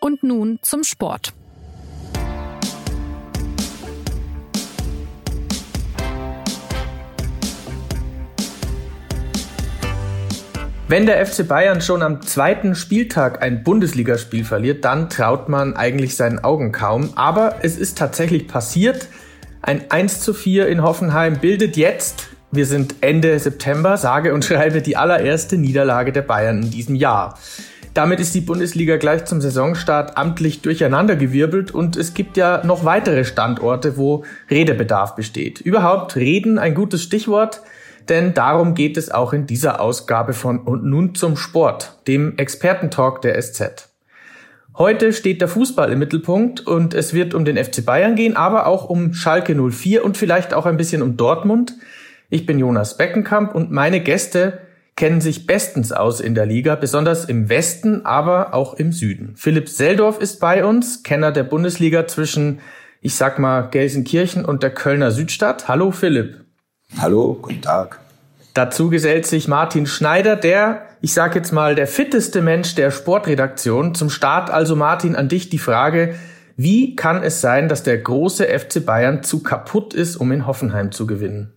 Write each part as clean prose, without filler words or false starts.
Und nun zum Sport. Wenn der FC Bayern schon am zweiten Spieltag ein Bundesligaspiel verliert, dann traut man eigentlich seinen Augen kaum. Aber es ist tatsächlich passiert. Ein 1:4 in Hoffenheim bildet jetzt, wir sind Ende September, sage und schreibe, die allererste Niederlage der Bayern in diesem Jahr. Damit ist die Bundesliga gleich zum Saisonstart amtlich durcheinandergewirbelt und es gibt ja noch weitere Standorte, wo Redebedarf besteht. Überhaupt Reden ein gutes Stichwort, denn darum geht es auch in dieser Ausgabe von Und nun zum Sport, dem Expertentalk der SZ. Heute steht der Fußball im Mittelpunkt und es wird um den FC Bayern gehen, aber auch um Schalke 04 und vielleicht auch ein bisschen um Dortmund. Ich bin Jonas Beckenkamp und meine Gäste kennen sich bestens aus in der Liga, besonders im Westen, aber auch im Süden. Philipp Seldorf ist bei uns, Kenner der Bundesliga zwischen, ich sag mal, Gelsenkirchen und der Kölner Südstadt. Hallo Philipp. Hallo, guten Tag. Dazu gesellt sich Martin Schneider, der, ich sag jetzt mal, der fitteste Mensch der Sportredaktion. Zum Start also, Martin, an dich die Frage, wie kann es sein, dass der große FC Bayern zu kaputt ist, um in Hoffenheim zu gewinnen?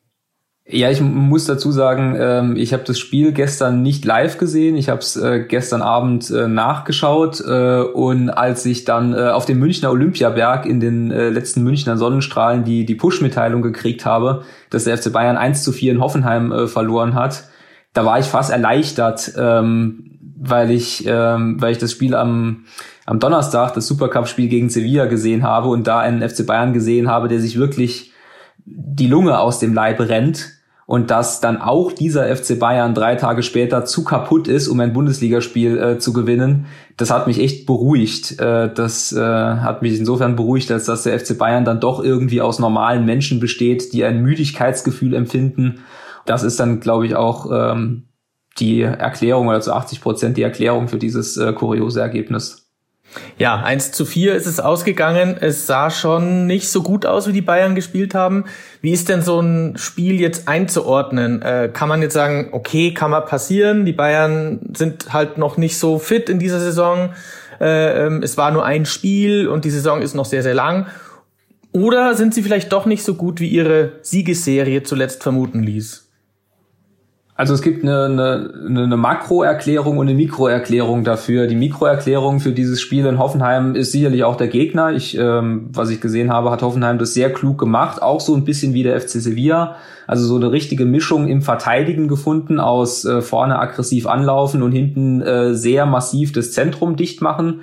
Ja, ich muss dazu sagen, ich habe das Spiel gestern nicht live gesehen. Ich habe es gestern Abend nachgeschaut und als ich dann auf dem Münchner Olympiaberg in den letzten Münchner Sonnenstrahlen die Push-Mitteilung gekriegt habe, dass der FC Bayern 1:4 in Hoffenheim verloren hat, da war ich fast erleichtert, weil ich das Spiel am Donnerstag, das Supercup-Spiel gegen Sevilla gesehen habe und da einen FC Bayern gesehen habe, der sich wirklich die Lunge aus dem Leib rennt und dass dann auch dieser FC Bayern 3 Tage später zu kaputt ist, um ein Bundesligaspiel zu gewinnen, das hat mich echt beruhigt. Das hat mich insofern beruhigt, als dass der FC Bayern dann doch irgendwie aus normalen Menschen besteht, die ein Müdigkeitsgefühl empfinden. Das ist dann, glaube ich, auch die Erklärung oder zu 80% die Erklärung für dieses kuriose Ergebnis. Ja, 1:4 ist es ausgegangen. Es sah schon nicht so gut aus, wie die Bayern gespielt haben. Wie ist denn so ein Spiel jetzt einzuordnen? Kann man jetzt sagen, okay, kann mal passieren. Die Bayern sind halt noch nicht so fit in dieser Saison. Es war nur ein Spiel und die Saison ist noch sehr, sehr lang. Oder sind sie vielleicht doch nicht so gut, wie ihre Siegesserie zuletzt vermuten ließ? Also es gibt eine Makroerklärung und eine Mikroerklärung dafür. Die Mikroerklärung für dieses Spiel in Hoffenheim ist sicherlich auch der Gegner. Was ich gesehen habe, hat Hoffenheim das sehr klug gemacht. Auch so ein bisschen wie der FC Sevilla. Also so eine richtige Mischung im Verteidigen gefunden aus vorne aggressiv anlaufen und hinten sehr massiv das Zentrum dicht machen.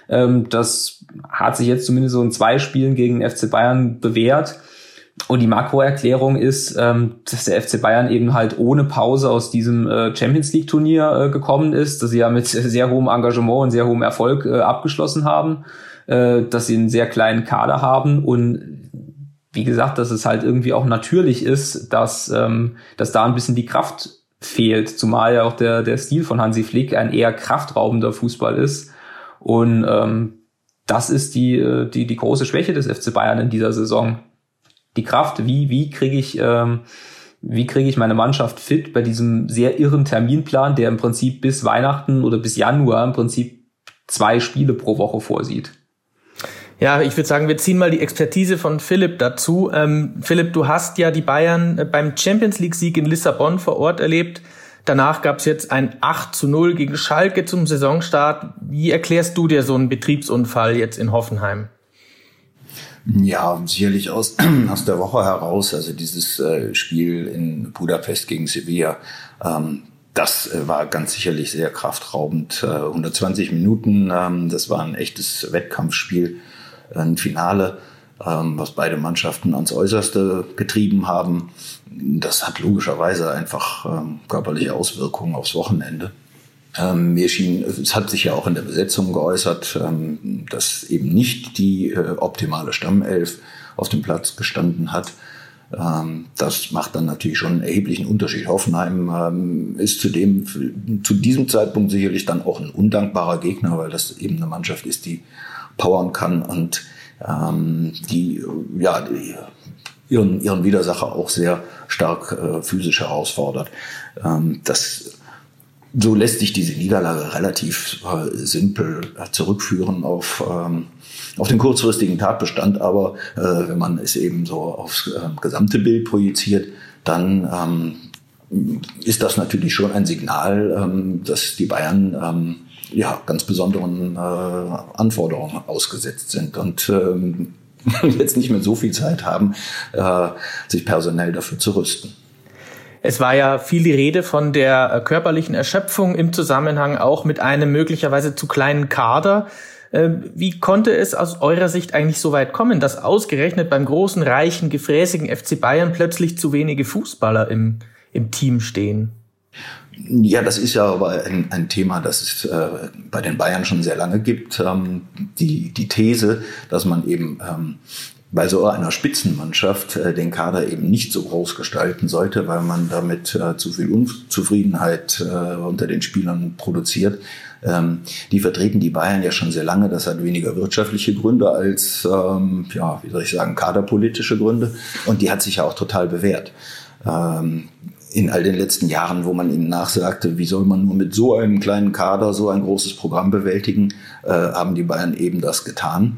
Das hat sich jetzt zumindest so in 2 Spielen gegen den FC Bayern bewährt. Und die Makroerklärung ist, dass der FC Bayern eben halt ohne Pause aus diesem Champions League Turnier gekommen ist, dass sie ja mit sehr hohem Engagement und sehr hohem Erfolg abgeschlossen haben, dass sie einen sehr kleinen Kader haben und wie gesagt, dass es halt irgendwie auch natürlich ist, dass da ein bisschen die Kraft fehlt, zumal ja auch der Stil von Hansi Flick ein eher kraftraubender Fußball ist und das ist die große Schwäche des FC Bayern in dieser Saison. Die Kraft, wie kriege ich meine Mannschaft fit bei diesem sehr irren Terminplan, der im Prinzip bis Weihnachten oder bis Januar im Prinzip 2 Spiele pro Woche vorsieht. Ja, ich würde sagen, wir ziehen mal die Expertise von Philipp dazu. Philipp, du hast ja die Bayern beim Champions-League-Sieg in Lissabon vor Ort erlebt. Danach gab es jetzt ein 8:0 gegen Schalke zum Saisonstart. Wie erklärst du dir so einen Betriebsunfall jetzt in Hoffenheim? Ja, sicherlich aus der Woche heraus. Also dieses Spiel in Budapest gegen Sevilla, das war ganz sicherlich sehr kraftraubend. 120 Minuten, das war ein echtes Wettkampfspiel, ein Finale, was beide Mannschaften ans Äußerste getrieben haben. Das hat logischerweise einfach körperliche Auswirkungen aufs Wochenende. Mir schien, es hat sich ja auch in der Besetzung geäußert, dass eben nicht die optimale Stammelf auf dem Platz gestanden hat. Das macht dann natürlich schon einen erheblichen Unterschied. Hoffenheim ist zu diesem Zeitpunkt sicherlich dann auch ein undankbarer Gegner, weil das eben eine Mannschaft ist, die powern kann und die ihren Widersacher auch sehr stark physisch herausfordert. Das So lässt sich diese Niederlage relativ simpel zurückführen auf den kurzfristigen Tatbestand. Aber wenn man es eben so aufs gesamte Bild projiziert, dann ist das natürlich schon ein Signal, dass die Bayern ganz besonderen Anforderungen ausgesetzt sind und jetzt nicht mehr so viel Zeit haben, sich personell dafür zu rüsten. Es war ja viel die Rede von der körperlichen Erschöpfung im Zusammenhang auch mit einem möglicherweise zu kleinen Kader. Wie konnte es aus eurer Sicht eigentlich so weit kommen, dass ausgerechnet beim großen, reichen, gefräßigen FC Bayern plötzlich zu wenige Fußballer im Team stehen? Ja, das ist ja aber ein Thema, das es bei den Bayern schon sehr lange gibt. Die These, dass man eben bei so einer Spitzenmannschaft den Kader eben nicht so groß gestalten sollte, weil man damit zu viel Unzufriedenheit unter den Spielern produziert. Die vertreten die Bayern ja schon sehr lange. Das hat weniger wirtschaftliche Gründe als, kaderpolitische Gründe. Und die hat sich ja auch total bewährt. In all den letzten Jahren, wo man ihnen nachsagte, wie soll man nur mit so einem kleinen Kader so ein großes Programm bewältigen, haben die Bayern eben das getan.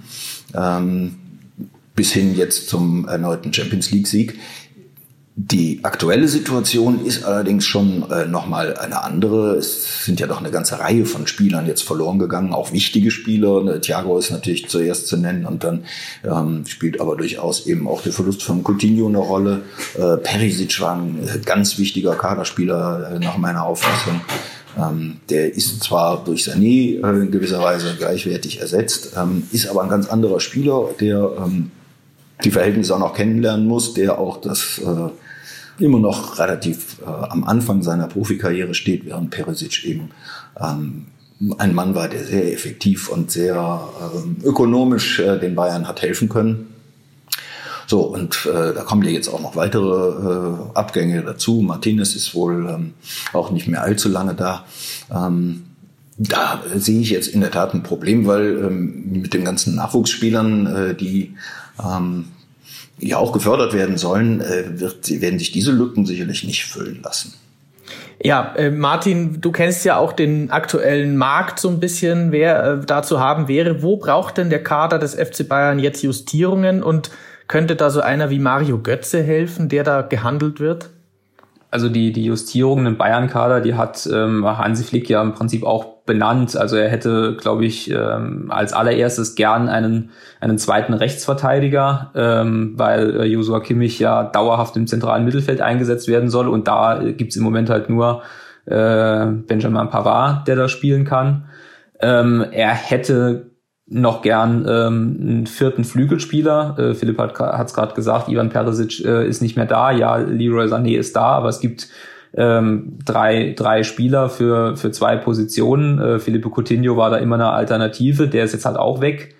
Bis hin jetzt zum erneuten Champions-League-Sieg. Die aktuelle Situation ist allerdings schon nochmal eine andere. Es sind ja doch eine ganze Reihe von Spielern jetzt verloren gegangen, auch wichtige Spieler. Thiago ist natürlich zuerst zu nennen und dann spielt aber durchaus eben auch der Verlust von Coutinho eine Rolle. Perisic war ein ganz wichtiger Kaderspieler nach meiner Auffassung. Der ist zwar durch Sané in gewisser Weise gleichwertig ersetzt, ist aber ein ganz anderer Spieler, der die Verhältnisse auch noch kennenlernen muss, der auch das immer noch relativ am Anfang seiner Profikarriere steht, während Perisic eben ein Mann war, der sehr effektiv und sehr ökonomisch den Bayern hat helfen können. So, und da kommen ja jetzt auch noch weitere Abgänge dazu. Martinez ist wohl auch nicht mehr allzu lange da. Da sehe ich jetzt in der Tat ein Problem, weil mit den ganzen Nachwuchsspielern, die ja auch gefördert werden sollen, werden sich diese Lücken sicherlich nicht füllen lassen. Ja, Martin, du kennst ja auch den aktuellen Markt so ein bisschen, wer da zu haben wäre. Wo braucht denn der Kader des FC Bayern jetzt Justierungen und könnte da so einer wie Mario Götze helfen, der da gehandelt wird? Also die Justierungen im Bayern-Kader, die hat Hansi Flick ja im Prinzip auch benannt. Also er hätte, glaube ich, als allererstes gern einen zweiten Rechtsverteidiger, weil Joshua Kimmich ja dauerhaft im zentralen Mittelfeld eingesetzt werden soll. Und da gibt's im Moment halt nur Benjamin Pavard, der da spielen kann. Er hätte noch gern einen vierten Flügelspieler. Philipp hat's gerade gesagt, Ivan Perisic ist nicht mehr da. Ja, Leroy Sané ist da, aber es gibt drei Spieler für zwei Positionen. Philippe Coutinho war da immer eine Alternative, der ist jetzt halt auch weg.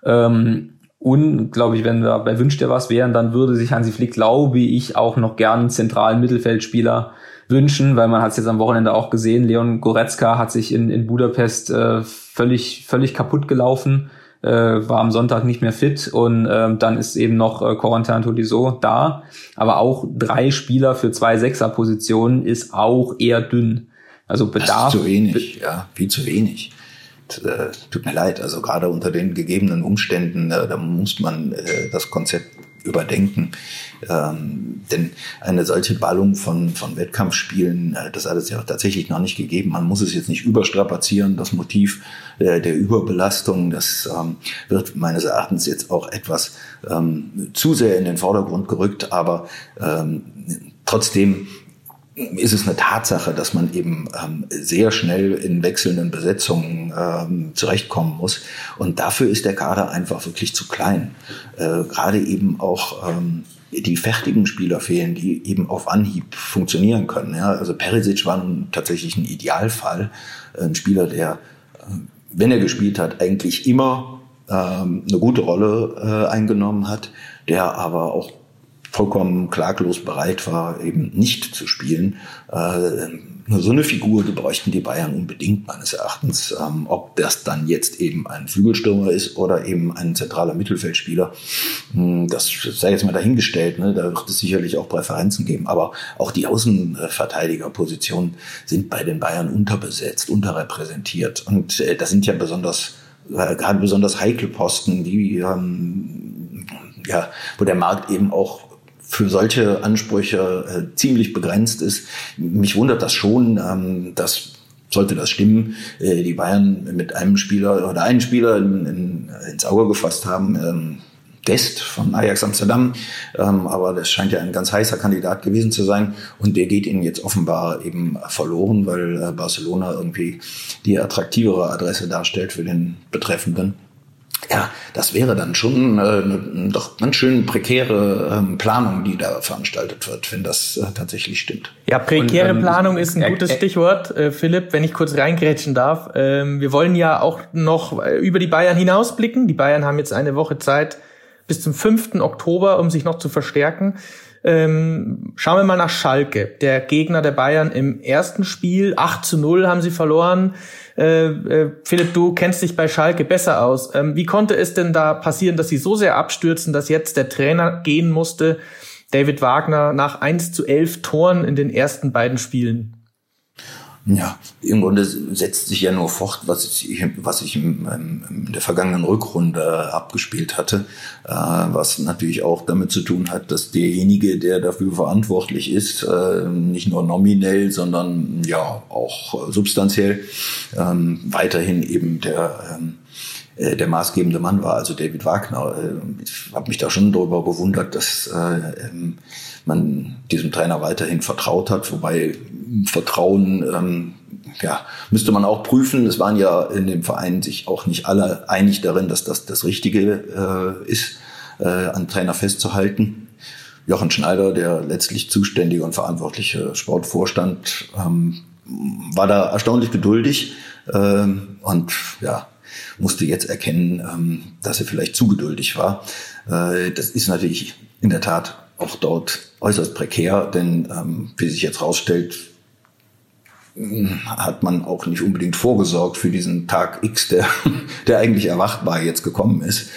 Und glaube ich, wenn wir bei Wünsch dir was wären, dann würde sich Hansi Flick, glaube ich, auch noch gern einen zentralen Mittelfeldspieler wünschen, weil man hat es jetzt am Wochenende auch gesehen, Leon Goretzka hat sich in Budapest völlig kaputt gelaufen, war am Sonntag nicht mehr fit und dann ist eben noch Corentin Tolisso da, aber auch 3 Spieler für 2 Sechser-Positionen ist auch eher dünn. Also Bedarf... Das ist zu wenig, viel zu wenig. Tut mir leid, also gerade unter den gegebenen Umständen, da muss man das Konzept überdenken. Denn eine solche Ballung von Wettkampfspielen, das hat es ja tatsächlich noch nicht gegeben. Man muss es jetzt nicht überstrapazieren. Das Motiv der Überbelastung, das wird meines Erachtens jetzt auch etwas zu sehr in den Vordergrund gerückt. Aber trotzdem ist es eine Tatsache, dass man eben sehr schnell in wechselnden Besetzungen zurechtkommen muss. Und dafür ist der Kader einfach wirklich zu klein. Gerade eben auch die fertigen Spieler fehlen, die eben auf Anhieb funktionieren können. Ja, also Perisic war nun tatsächlich ein Idealfall. Ein Spieler, der, wenn er gespielt hat, eigentlich immer eine gute Rolle eingenommen hat, der aber auch vollkommen klaglos bereit war, eben nicht zu spielen. Nur so eine Figur, die bräuchten die Bayern unbedingt meines Erachtens. Ob das dann jetzt eben ein Flügelstürmer ist oder eben ein zentraler Mittelfeldspieler, das sei jetzt mal dahingestellt. Ne? Da wird es sicherlich auch Präferenzen geben. Aber auch die Außenverteidigerpositionen sind bei den Bayern unterbesetzt, unterrepräsentiert. Und das sind ja gerade besonders heikle Posten, die wo der Markt eben auch für solche Ansprüche ziemlich begrenzt ist. Mich wundert das schon, dass, sollte das stimmen, die Bayern mit einem Spieler oder einen Spieler ins Auge gefasst haben, Dest von Ajax Amsterdam, aber das scheint ja ein ganz heißer Kandidat gewesen zu sein und der geht ihnen jetzt offenbar eben verloren, weil Barcelona irgendwie die attraktivere Adresse darstellt für den Betreffenden. Ja, das wäre dann schon doch ganz schön prekäre Planung, die da veranstaltet wird, wenn das tatsächlich stimmt. Ja, prekäre Planung ist ein gutes Stichwort, Philipp, wenn ich kurz reingrätschen darf. Wir wollen ja auch noch über die Bayern hinausblicken. Die Bayern haben jetzt eine Woche Zeit bis zum 5. Oktober, um sich noch zu verstärken. Schauen wir mal nach Schalke. Der Gegner der Bayern im ersten Spiel, 8-0 haben sie verloren. Philipp, du kennst dich bei Schalke besser aus. Wie konnte es denn da passieren, dass sie so sehr abstürzen, dass jetzt der Trainer gehen musste, David Wagner, nach 1-11 Toren in den ersten beiden Spielen? Ja, im Grunde setzt sich ja nur fort, was ich in der vergangenen Rückrunde abgespielt hatte, was natürlich auch damit zu tun hat, dass derjenige, der dafür verantwortlich ist, nicht nur nominell, sondern ja auch substanziell weiterhin eben der maßgebende Mann war, also David Wagner. Ich habe mich da schon darüber gewundert, dass man diesem Trainer weiterhin vertraut hat, wobei Vertrauen müsste man auch prüfen. Es waren ja in dem Verein sich auch nicht alle einig darin, dass das Richtige ist, an Trainer festzuhalten. Jochen Schneider, der letztlich zuständige und verantwortliche Sportvorstand, war da erstaunlich geduldig und musste jetzt erkennen, dass er vielleicht zu geduldig war. Das ist natürlich in der Tat auch dort äußerst prekär, denn wie sich jetzt rausstellt, hat man auch nicht unbedingt vorgesorgt für diesen Tag X, der eigentlich erwartbar jetzt gekommen ist.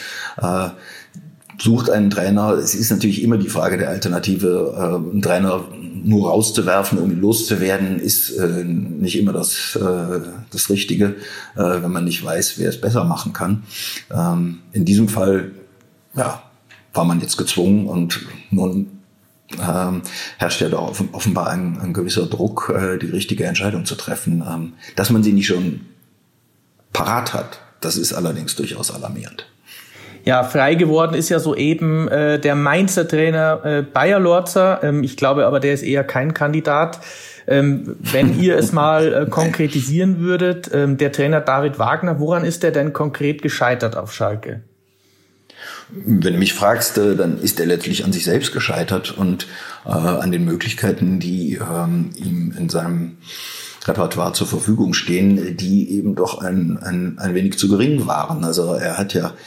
Sucht einen Trainer. Es ist natürlich immer die Frage der Alternative. Einen Trainer nur rauszuwerfen, um ihn loszuwerden, ist nicht immer das Richtige, wenn man nicht weiß, wer es besser machen kann. In diesem Fall, war man jetzt gezwungen und nun herrscht ja da offenbar ein gewisser Druck, die richtige Entscheidung zu treffen. Dass man sie nicht schon parat hat, das ist allerdings durchaus alarmierend. Ja, frei geworden ist ja soeben der Mainzer Trainer Bayer Lorzer. Ich glaube aber, der ist eher kein Kandidat. Wenn ihr es mal konkretisieren würdet, der Trainer David Wagner, woran ist der denn konkret gescheitert auf Schalke? Wenn du mich fragst, dann ist er letztlich an sich selbst gescheitert und an den Möglichkeiten, die ihm in seinem Repertoire zur Verfügung stehen, die eben doch ein wenig zu gering waren. Also er hat ja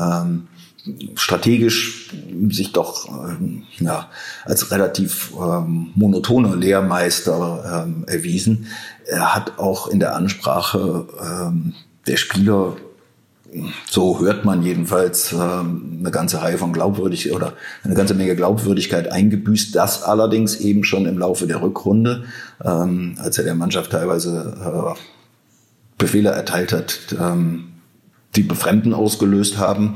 strategisch sich doch als relativ monotoner Lehrmeister erwiesen. Er hat auch in der Ansprache der Spieler, so hört man jedenfalls, eine ganze Reihe von Glaubwürdigkeit oder eine ganze Menge Glaubwürdigkeit eingebüßt. Das allerdings eben schon im Laufe der Rückrunde, als er der Mannschaft teilweise Befehle erteilt hat, die Befremden ausgelöst haben.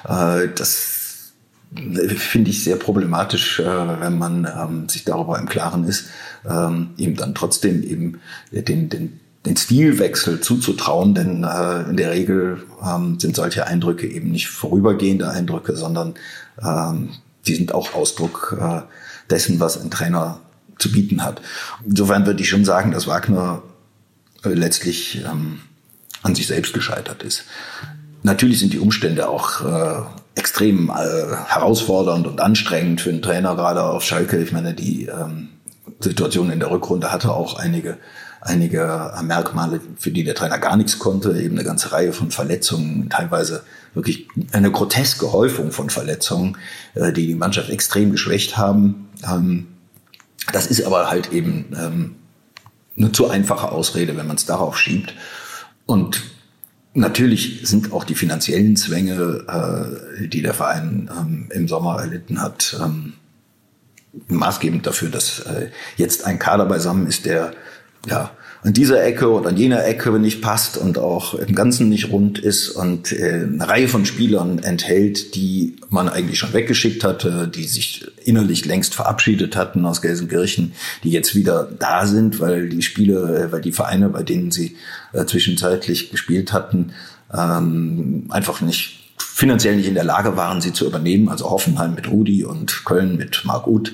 Das finde ich sehr problematisch, wenn man sich darüber im Klaren ist, ihm dann trotzdem eben den Stilwechsel zuzutrauen, denn in der Regel sind solche Eindrücke eben nicht vorübergehende Eindrücke, sondern die sind auch Ausdruck dessen, was ein Trainer zu bieten hat. Insofern würde ich schon sagen, dass Wagner letztlich an sich selbst gescheitert ist. Natürlich sind die Umstände auch extrem herausfordernd und anstrengend für einen Trainer, gerade auf Schalke. Ich meine, die Situation in der Rückrunde hatte auch einige einige Merkmale, für die der Trainer gar nichts konnte, eben eine ganze Reihe von Verletzungen, teilweise wirklich eine groteske Häufung von Verletzungen, die die Mannschaft extrem geschwächt haben. Das ist aber halt eben eine zu einfache Ausrede, wenn man es darauf schiebt. Und natürlich sind auch die finanziellen Zwänge, die der Verein im Sommer erlitten hat, maßgebend dafür, dass jetzt ein Kader beisammen ist, der ja an dieser Ecke oder an jener Ecke nicht passt und auch im Ganzen nicht rund ist und eine Reihe von Spielern enthält, die man eigentlich schon weggeschickt hatte, die sich innerlich längst verabschiedet hatten aus Gelsenkirchen, die jetzt wieder da sind, weil die Vereine, bei denen sie zwischenzeitlich gespielt hatten, einfach finanziell nicht in der Lage waren, sie zu übernehmen. Also Hoffenheim mit Rudi und Köln mit Marc Uth.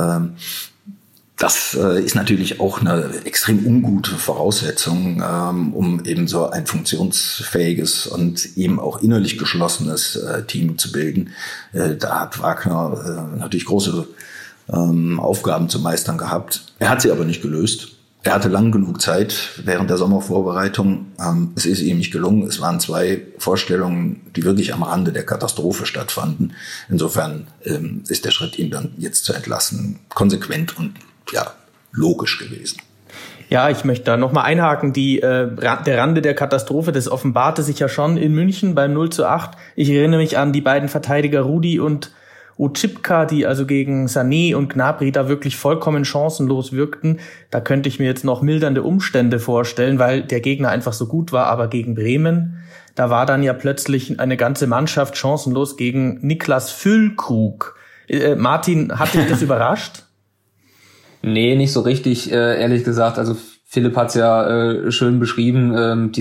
Das ist natürlich auch eine extrem ungute Voraussetzung, um eben so ein funktionsfähiges und eben auch innerlich geschlossenes Team zu bilden. Da hat Wagner natürlich große Aufgaben zu meistern gehabt. Er hat sie aber nicht gelöst. Er hatte lang genug Zeit während der Sommervorbereitung. Es ist ihm nicht gelungen. Es waren 2 Vorstellungen, die wirklich am Rande der Katastrophe stattfanden. Insofern ist der Schritt, ihn dann jetzt zu entlassen, konsequent und logisch gewesen. Ja, ich möchte da nochmal einhaken. Der Rande der Katastrophe, das offenbarte sich ja schon in München beim 0:8. Ich erinnere mich an die beiden Verteidiger Rudi und Oczipka, die also gegen Sané und Gnabry da wirklich vollkommen chancenlos wirkten. Da könnte ich mir jetzt noch mildernde Umstände vorstellen, weil der Gegner einfach so gut war. Aber gegen Bremen, da war dann ja plötzlich eine ganze Mannschaft chancenlos gegen Niklas Füllkrug. Martin, hat dich das überrascht? Nee, nicht so richtig, ehrlich gesagt. Also Philipp hat's ja schön beschrieben.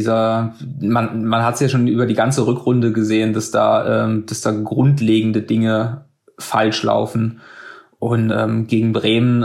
Man hat's ja schon über die ganze Rückrunde gesehen, dass da grundlegende Dinge falsch laufen. Und gegen Bremen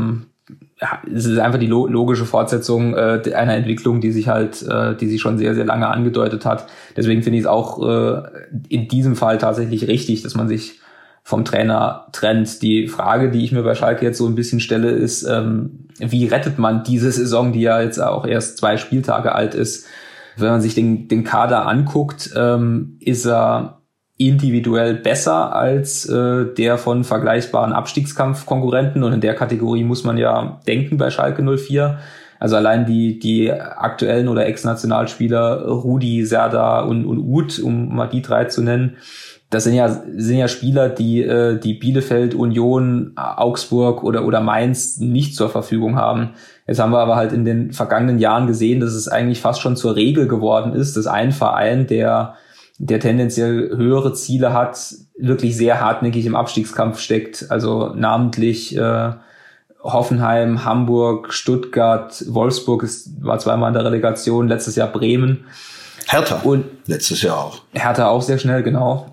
es ist einfach die logische Fortsetzung einer Entwicklung, die sich schon sehr, sehr lange angedeutet hat. Deswegen finde ich es auch in diesem Fall tatsächlich richtig, dass man sich vom Trainer trennt. Die Frage, die ich mir bei Schalke jetzt so ein bisschen stelle, ist, wie rettet man diese Saison, die ja jetzt auch erst 2 Spieltage alt ist? Wenn man sich den Kader anguckt, ist er individuell besser als der von vergleichbaren Abstiegskampfkonkurrenten. Und in der Kategorie muss man ja denken bei Schalke 04. Also allein die aktuellen oder Ex-Nationalspieler Rudi, Serdar und Uth, um mal die 3 zu nennen, das sind ja Spieler, die Bielefeld, Union, Augsburg oder Mainz nicht zur Verfügung haben. Jetzt haben wir aber halt in den vergangenen Jahren gesehen, dass es eigentlich fast schon zur Regel geworden ist, dass ein Verein, der tendenziell höhere Ziele hat, wirklich sehr hartnäckig im Abstiegskampf steckt. Also namentlich Hoffenheim, Hamburg, Stuttgart, Wolfsburg war 2-mal in der Relegation, letztes Jahr Bremen. Hertha und letztes Jahr auch. Hertha auch sehr schnell, genau.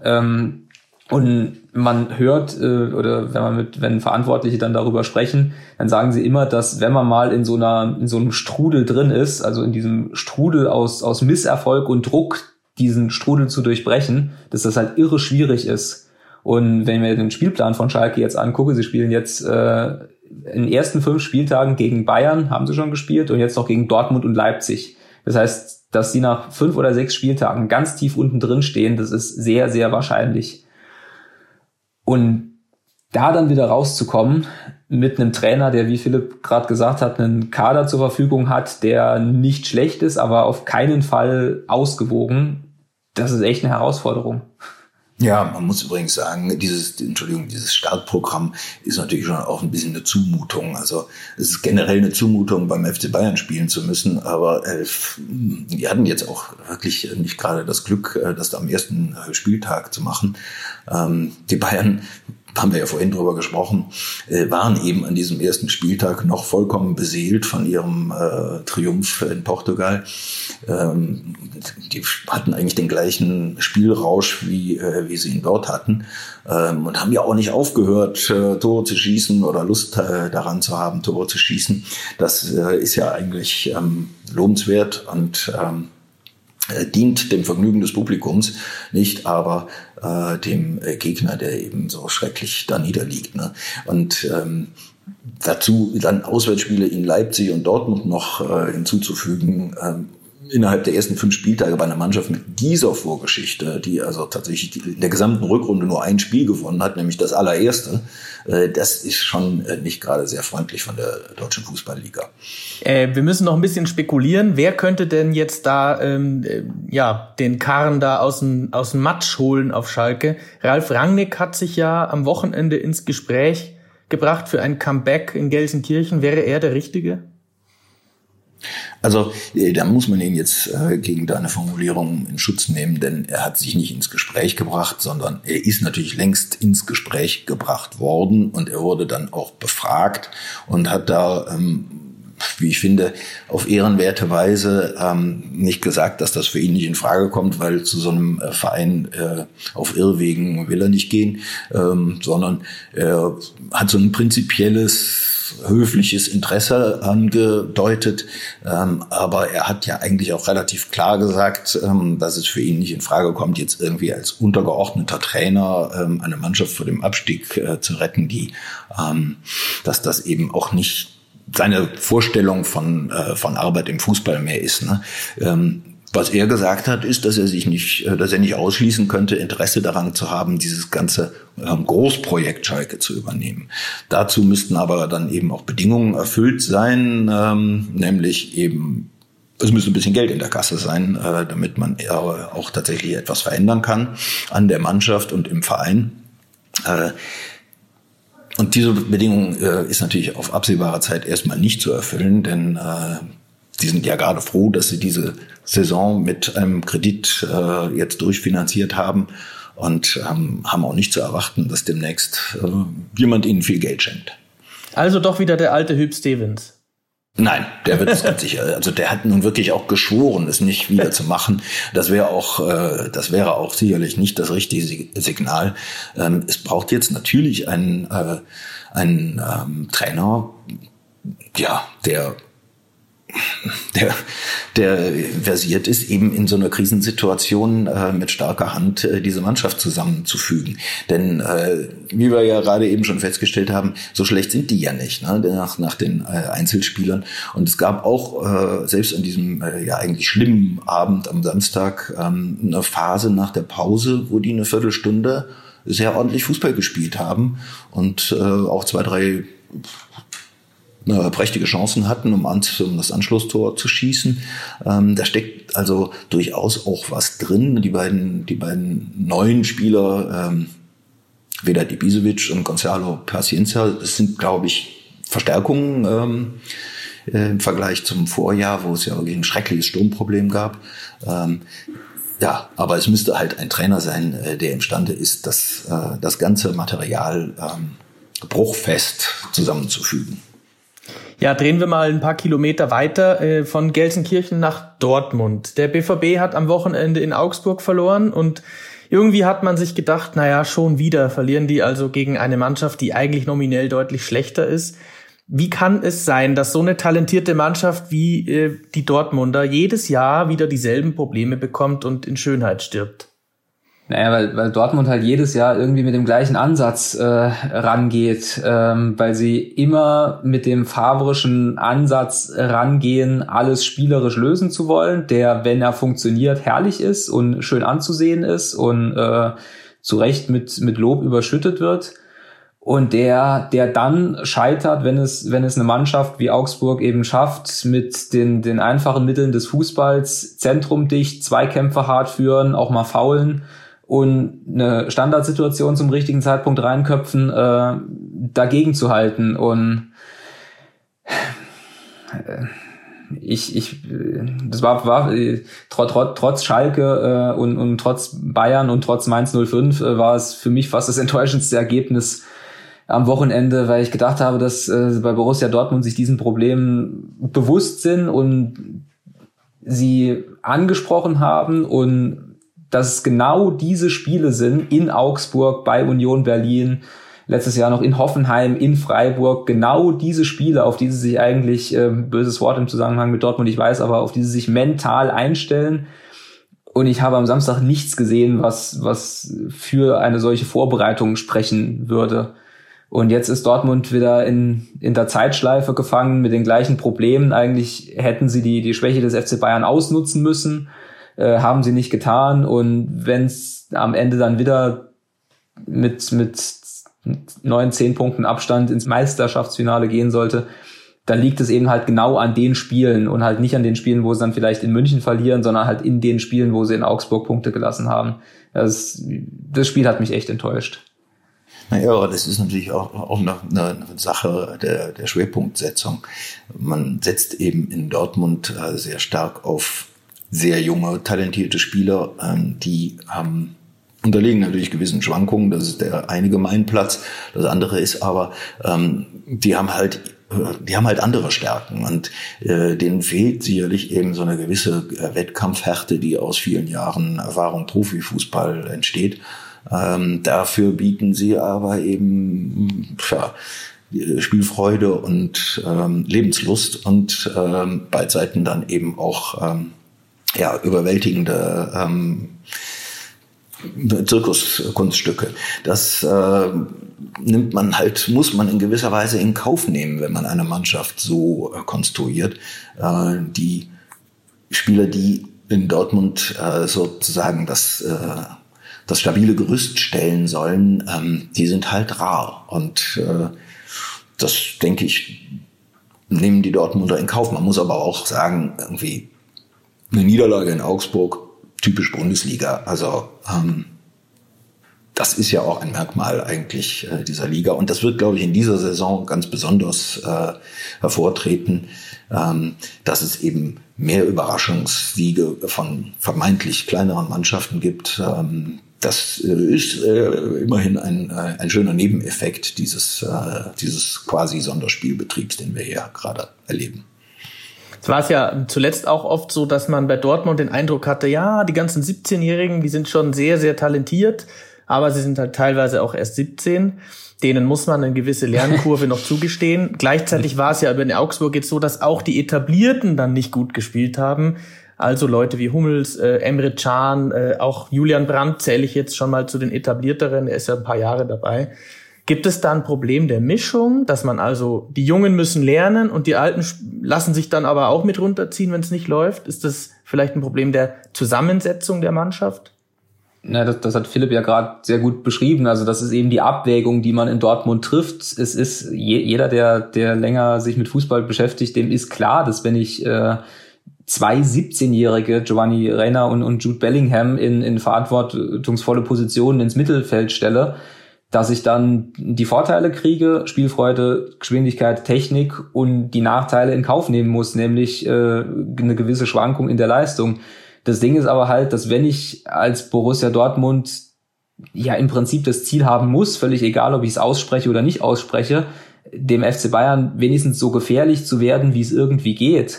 Und man hört, oder wenn Verantwortliche dann darüber sprechen, dann sagen sie immer, dass wenn man mal in so einem Strudel drin ist, also in diesem Strudel aus Misserfolg und Druck, diesen Strudel zu durchbrechen, dass das halt irre schwierig ist. Und wenn ich mir den Spielplan von Schalke jetzt angucke, sie spielen jetzt in den ersten 5 Spieltagen gegen Bayern, haben sie schon gespielt, und jetzt noch gegen Dortmund und Leipzig. Das heißt, dass sie nach 5 oder 6 Spieltagen ganz tief unten drin stehen, das ist sehr, sehr wahrscheinlich. Und da dann wieder rauszukommen mit einem Trainer, der, wie Philipp gerade gesagt hat, einen Kader zur Verfügung hat, der nicht schlecht ist, aber auf keinen Fall ausgewogen, das ist echt eine Herausforderung. Ja, man muss übrigens sagen, dieses Startprogramm ist natürlich schon auch ein bisschen eine Zumutung. Also es ist generell eine Zumutung, beim FC Bayern spielen zu müssen, aber die hatten jetzt auch wirklich nicht gerade das Glück, das am ersten Spieltag zu machen. Die Bayern, haben wir ja vorhin drüber gesprochen, waren eben an diesem ersten Spieltag noch vollkommen beseelt von ihrem Triumph in Portugal. Die hatten eigentlich den gleichen Spielrausch, wie sie ihn dort hatten, und haben ja auch nicht aufgehört, Tore zu schießen oder Lust daran zu haben, Tore zu schießen. Das ist ja eigentlich lobenswert und dient dem Vergnügen des Publikums, nicht aber dem Gegner, der eben so schrecklich da niederliegt. Ne? Und Dazu dann Auswärtsspiele in Leipzig und Dortmund noch hinzuzufügen, innerhalb der ersten 5 Spieltage bei einer Mannschaft mit dieser Vorgeschichte, die also tatsächlich in der gesamten Rückrunde nur ein Spiel gewonnen hat, nämlich das allererste, das ist schon nicht gerade sehr freundlich von der Deutschen Fußballliga. Wir müssen noch ein bisschen spekulieren. Wer könnte denn jetzt da den Karren da aus dem Matsch holen auf Schalke? Ralf Rangnick hat sich ja am Wochenende ins Gespräch gebracht für ein Comeback in Gelsenkirchen. Wäre er der Richtige? Also da muss man ihn jetzt gegen deine Formulierung in Schutz nehmen, denn er hat sich nicht ins Gespräch gebracht, sondern er ist natürlich längst ins Gespräch gebracht worden und er wurde dann auch befragt und hat da, wie ich finde, auf ehrenwerte Weise nicht gesagt, dass das für ihn nicht in Frage kommt, weil zu so einem Verein auf Irrwegen will er nicht gehen, sondern er hat so ein prinzipielles höfliches Interesse angedeutet, aber er hat ja eigentlich auch relativ klar gesagt, dass es für ihn nicht in Frage kommt, jetzt irgendwie als untergeordneter Trainer eine Mannschaft vor dem Abstieg zu retten, dass das eben auch nicht seine Vorstellung von Arbeit im Fußball mehr ist. Ne? Was er gesagt hat, ist, dass er nicht ausschließen könnte, Interesse daran zu haben, dieses ganze Großprojekt Schalke zu übernehmen. Dazu müssten aber dann eben auch Bedingungen erfüllt sein, nämlich eben, es müsste ein bisschen Geld in der Kasse sein, damit man auch tatsächlich etwas verändern kann an der Mannschaft und im Verein. Und diese Bedingung ist natürlich auf absehbare Zeit erstmal nicht zu erfüllen, denn die sind ja gerade froh, dass sie diese Saison mit einem Kredit jetzt durchfinanziert haben und haben auch nicht zu erwarten, dass demnächst jemand ihnen viel Geld schenkt. Also doch wieder der alte Hüb Stevens. Nein, der wird es ganz sicher. Also der hat nun wirklich auch geschworen, es nicht wieder zu machen. Das wäre auch sicherlich nicht das richtige Signal. Es braucht jetzt natürlich einen Trainer, ja, der versiert ist, eben in so einer Krisensituation mit starker Hand diese Mannschaft zusammenzufügen. Denn wie wir ja gerade eben schon festgestellt haben, so schlecht sind die ja nicht, ne? nach den Einzelspielern. Und es gab auch selbst an diesem ja eigentlich schlimmen Abend am Samstag eine Phase nach der Pause, wo die eine Viertelstunde sehr ordentlich Fußball gespielt haben und auch 2, 3 prächtige Chancen hatten, um das Anschlusstor zu schießen. Da steckt also durchaus auch was drin. Die beiden neuen Spieler, Vedat Ibisevic und Gonzalo Paciencia, das sind, glaube ich, Verstärkungen im Vergleich zum Vorjahr, wo es ja wirklich ein schreckliches Sturmproblem gab. Ja, aber es müsste halt ein Trainer sein, der imstande ist, das ganze Material bruchfest zusammenzufügen. Ja, drehen wir mal ein paar Kilometer weiter von Gelsenkirchen nach Dortmund. Der BVB hat am Wochenende in Augsburg verloren und irgendwie hat man sich gedacht, naja, schon wieder verlieren die also gegen eine Mannschaft, die eigentlich nominell deutlich schlechter ist. Wie kann es sein, dass so eine talentierte Mannschaft wie die Dortmunder jedes Jahr wieder dieselben Probleme bekommt und in Schönheit stirbt? Naja, weil Dortmund halt jedes Jahr irgendwie mit dem gleichen Ansatz rangeht, weil sie immer mit dem favrischen Ansatz rangehen, alles spielerisch lösen zu wollen, der, wenn er funktioniert, herrlich ist und schön anzusehen ist und zu Recht mit Lob überschüttet wird. Und der dann scheitert, wenn es eine Mannschaft wie Augsburg eben schafft, mit den einfachen Mitteln des Fußballs zentrumdicht, Zweikämpfe hart führen, auch mal faulen und eine Standardsituation zum richtigen Zeitpunkt reinköpfen, dagegen zu halten. Und das war trotz Schalke und trotz Bayern und trotz Mainz 05 war es für mich fast das enttäuschendste Ergebnis am Wochenende, weil ich gedacht habe, dass bei Borussia Dortmund sich diesen Problemen bewusst sind und sie angesprochen haben und dass es genau diese Spiele sind in Augsburg, bei Union Berlin, letztes Jahr noch in Hoffenheim, in Freiburg, genau diese Spiele, auf die sie sich eigentlich, böses Wort im Zusammenhang mit Dortmund, ich weiß, aber auf die sie sich mental einstellen. Und ich habe am Samstag nichts gesehen, was für eine solche Vorbereitung sprechen würde. Und jetzt ist Dortmund wieder in der Zeitschleife gefangen mit den gleichen Problemen. Eigentlich hätten sie die Schwäche des FC Bayern ausnutzen müssen, haben sie nicht getan. Und wenn es am Ende dann wieder mit 9-10 Punkten Abstand ins Meisterschaftsfinale gehen sollte, dann liegt es eben halt genau an den Spielen und halt nicht an den Spielen, wo sie dann vielleicht in München verlieren, sondern halt in den Spielen, wo sie in Augsburg Punkte gelassen haben. Das Spiel hat mich echt enttäuscht. Naja, aber das ist natürlich auch eine Sache der Schwerpunktsetzung. Man setzt eben in Dortmund sehr stark auf sehr junge, talentierte Spieler. Die unterliegen natürlich gewissen Schwankungen. Das ist der eine Gemeinplatz. Das andere ist aber, die haben halt andere Stärken und denen fehlt sicherlich eben so eine gewisse Wettkampfhärte, die aus vielen Jahren Erfahrung Profifußball entsteht. Dafür bieten sie aber eben Spielfreude und Lebenslust und bei Zeiten dann eben auch überwältigende Zirkuskunststücke. Das muss man in gewisser Weise in Kauf nehmen, wenn man eine Mannschaft so konstruiert. Die Spieler, die in Dortmund sozusagen das stabile Gerüst stellen sollen, die sind halt rar. Und das, denke ich, nehmen die Dortmunder in Kauf. Man muss aber auch sagen, irgendwie eine Niederlage in Augsburg, typisch Bundesliga. Also das ist ja auch ein Merkmal eigentlich dieser Liga. Und das wird, glaube ich, in dieser Saison ganz besonders hervortreten, dass es eben mehr Überraschungssiege von vermeintlich kleineren Mannschaften gibt. Das ist immerhin ein schöner Nebeneffekt dieses quasi Sonderspielbetriebs, den wir hier gerade erleben. Es war es ja zuletzt auch oft so, dass man bei Dortmund den Eindruck hatte, ja, die ganzen 17-Jährigen, die sind schon sehr, sehr talentiert, aber sie sind halt teilweise auch erst 17. Denen muss man eine gewisse Lernkurve noch zugestehen. Gleichzeitig war es ja über den Augsburg jetzt so, dass auch die Etablierten dann nicht gut gespielt haben. Also Leute wie Hummels, Emre Can, auch Julian Brandt zähle ich jetzt schon mal zu den Etablierteren, er ist ja ein paar Jahre dabei. Gibt es da ein Problem der Mischung, dass man also, die Jungen müssen lernen und die Alten lassen sich dann aber auch mit runterziehen, wenn es nicht läuft? Ist das vielleicht ein Problem der Zusammensetzung der Mannschaft? Na, das hat Philipp ja gerade sehr gut beschrieben. Also das ist eben die Abwägung, die man in Dortmund trifft. Es ist jeder, der länger sich mit Fußball beschäftigt, dem ist klar, dass wenn ich zwei 17-Jährige, Giovanni Reina und Jude Bellingham, in verantwortungsvolle Positionen ins Mittelfeld stelle, dass ich dann die Vorteile kriege, Spielfreude, Geschwindigkeit, Technik und die Nachteile in Kauf nehmen muss, nämlich eine gewisse Schwankung in der Leistung. Das Ding ist aber halt, dass wenn ich als Borussia Dortmund ja im Prinzip das Ziel haben muss, völlig egal, ob ich es ausspreche oder nicht ausspreche, dem FC Bayern wenigstens so gefährlich zu werden, wie es irgendwie geht,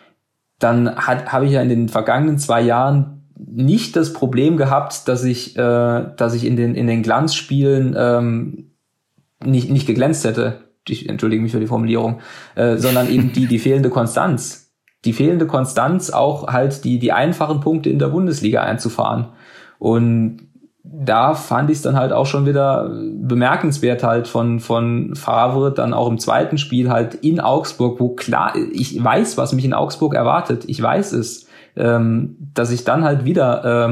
dann habe ich ja in den vergangenen 2 Jahren nicht das Problem gehabt, dass ich in den Glanzspielen nicht geglänzt hätte. Ich entschuldige mich für die Formulierung, sondern eben die fehlende Konstanz. Die fehlende Konstanz, auch halt die einfachen Punkte in der Bundesliga einzufahren. Und da fand ich es dann halt auch schon wieder bemerkenswert halt von Favre dann auch im zweiten Spiel halt in Augsburg, wo klar, ich weiß, was mich in Augsburg erwartet. Ich weiß es. Dass ich dann halt wieder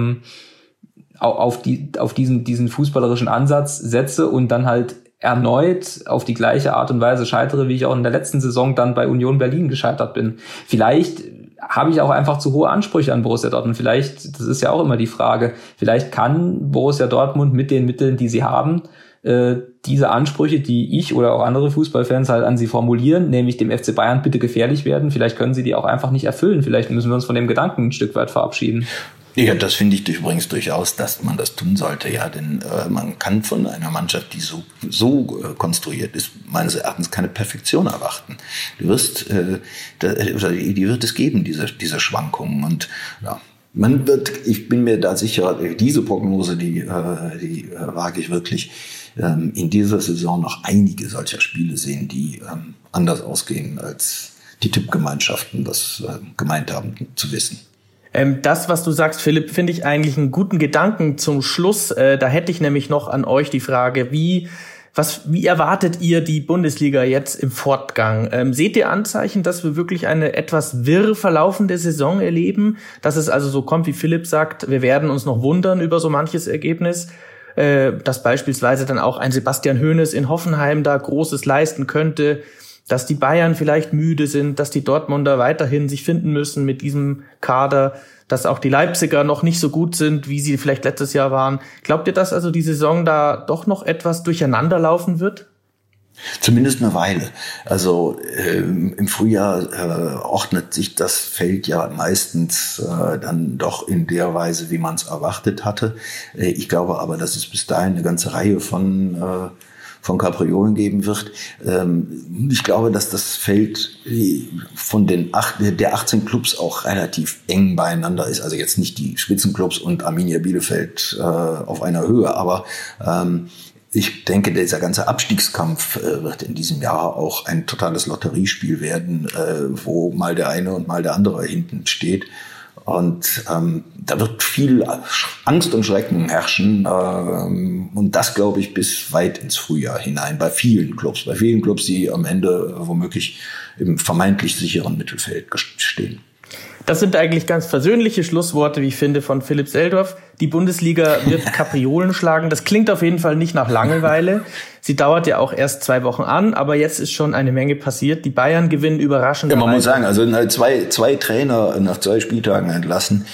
auf diesen fußballerischen Ansatz setze und dann halt erneut auf die gleiche Art und Weise scheitere, wie ich auch in der letzten Saison dann bei Union Berlin gescheitert bin. Vielleicht habe ich auch einfach zu hohe Ansprüche an Borussia Dortmund. Vielleicht, das ist ja auch immer die Frage, vielleicht kann Borussia Dortmund mit den Mitteln, die sie haben, diese Ansprüche, die ich oder auch andere Fußballfans halt an sie formulieren, nämlich dem FC Bayern bitte gefährlich werden, vielleicht können sie die auch einfach nicht erfüllen. Vielleicht müssen wir uns von dem Gedanken ein Stück weit verabschieden. Ja, das finde ich übrigens durchaus, dass man das tun sollte. Ja, denn man kann von einer Mannschaft, die so konstruiert ist, meines Erachtens keine Perfektion erwarten. Die wird es geben, diese Schwankungen. Und ja, ich bin mir da sicher, diese Prognose, die wage ich wirklich, in dieser Saison noch einige solcher Spiele sehen, die anders ausgehen, als die Tippgemeinschaften das gemeint haben zu wissen. Das, was du sagst, Philipp, finde ich eigentlich einen guten Gedanken zum Schluss. Da hätte ich nämlich noch an euch die Frage, wie Wie erwartet ihr die Bundesliga jetzt im Fortgang? Seht ihr Anzeichen, dass wir wirklich eine etwas wirr verlaufende Saison erleben? Dass es also so kommt, wie Philipp sagt, wir werden uns noch wundern über so manches Ergebnis? Dass beispielsweise dann auch ein Sebastian Hoeneß in Hoffenheim da Großes leisten könnte, dass die Bayern vielleicht müde sind, dass die Dortmunder weiterhin sich finden müssen mit diesem Kader, dass auch die Leipziger noch nicht so gut sind, wie sie vielleicht letztes Jahr waren. Glaubt ihr, dass also die Saison da doch noch etwas durcheinander laufen wird? Zumindest eine Weile. Also im Frühjahr ordnet sich das Feld ja meistens dann doch in der Weise, wie man es erwartet hatte. Ich glaube aber, dass es bis dahin eine ganze Reihe von Kapriolen geben wird. Ich glaube, dass das Feld von der 18 Clubs auch relativ eng beieinander ist. Also jetzt nicht die Spitzenclubs und Arminia Bielefeld auf einer Höhe, aber ich denke, dieser ganze Abstiegskampf wird in diesem Jahr auch ein totales Lotteriespiel werden, wo mal der eine und mal der andere hinten steht. Und da wird viel Angst und Schrecken herrschen. Und das, glaube ich, bis weit ins Frühjahr hinein bei vielen Clubs. Bei vielen Clubs, die am Ende womöglich im vermeintlich sicheren Mittelfeld stehen. Das sind eigentlich ganz versöhnliche Schlussworte, wie ich finde, von Philipp Seldorf. Die Bundesliga wird Kapriolen schlagen. Das klingt auf jeden Fall nicht nach Langeweile. Sie dauert ja auch erst 2 Wochen an, aber jetzt ist schon eine Menge passiert. Die Bayern gewinnen überraschend. Ja, man muss sagen, also zwei Trainer nach 2 Spieltagen entlassen,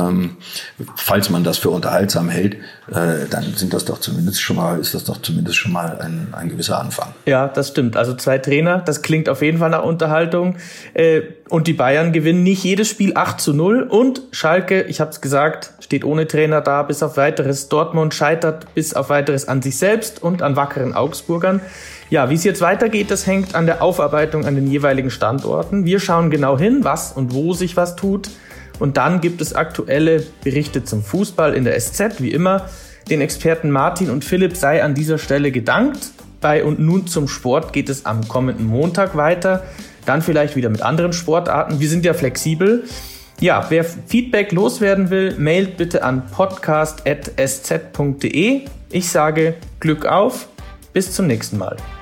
falls man das für unterhaltsam hält, dann ist das doch zumindest schon mal ein gewisser Anfang. Ja, das stimmt. Also 2 Trainer, das klingt auf jeden Fall nach Unterhaltung. Und die Bayern gewinnen nicht jedes Spiel 8-0. Und Schalke, ich habe es gesagt, steht ohne Trainer da, bis auf Weiteres. Dortmund scheitert bis auf Weiteres an sich selbst und an wackeren Augsburgern. Ja, wie es jetzt weitergeht, das hängt an der Aufarbeitung an den jeweiligen Standorten. Wir schauen genau hin, was und wo sich was tut. Und dann gibt es aktuelle Berichte zum Fußball in der SZ, wie immer. Den Experten Martin und Philipp sei an dieser Stelle gedankt. Bei Und nun zum Sport geht es am kommenden Montag weiter. Dann vielleicht wieder mit anderen Sportarten. Wir sind ja flexibel. Ja, wer Feedback loswerden will, mailt bitte an podcast@sz.de. Ich sage Glück auf, bis zum nächsten Mal.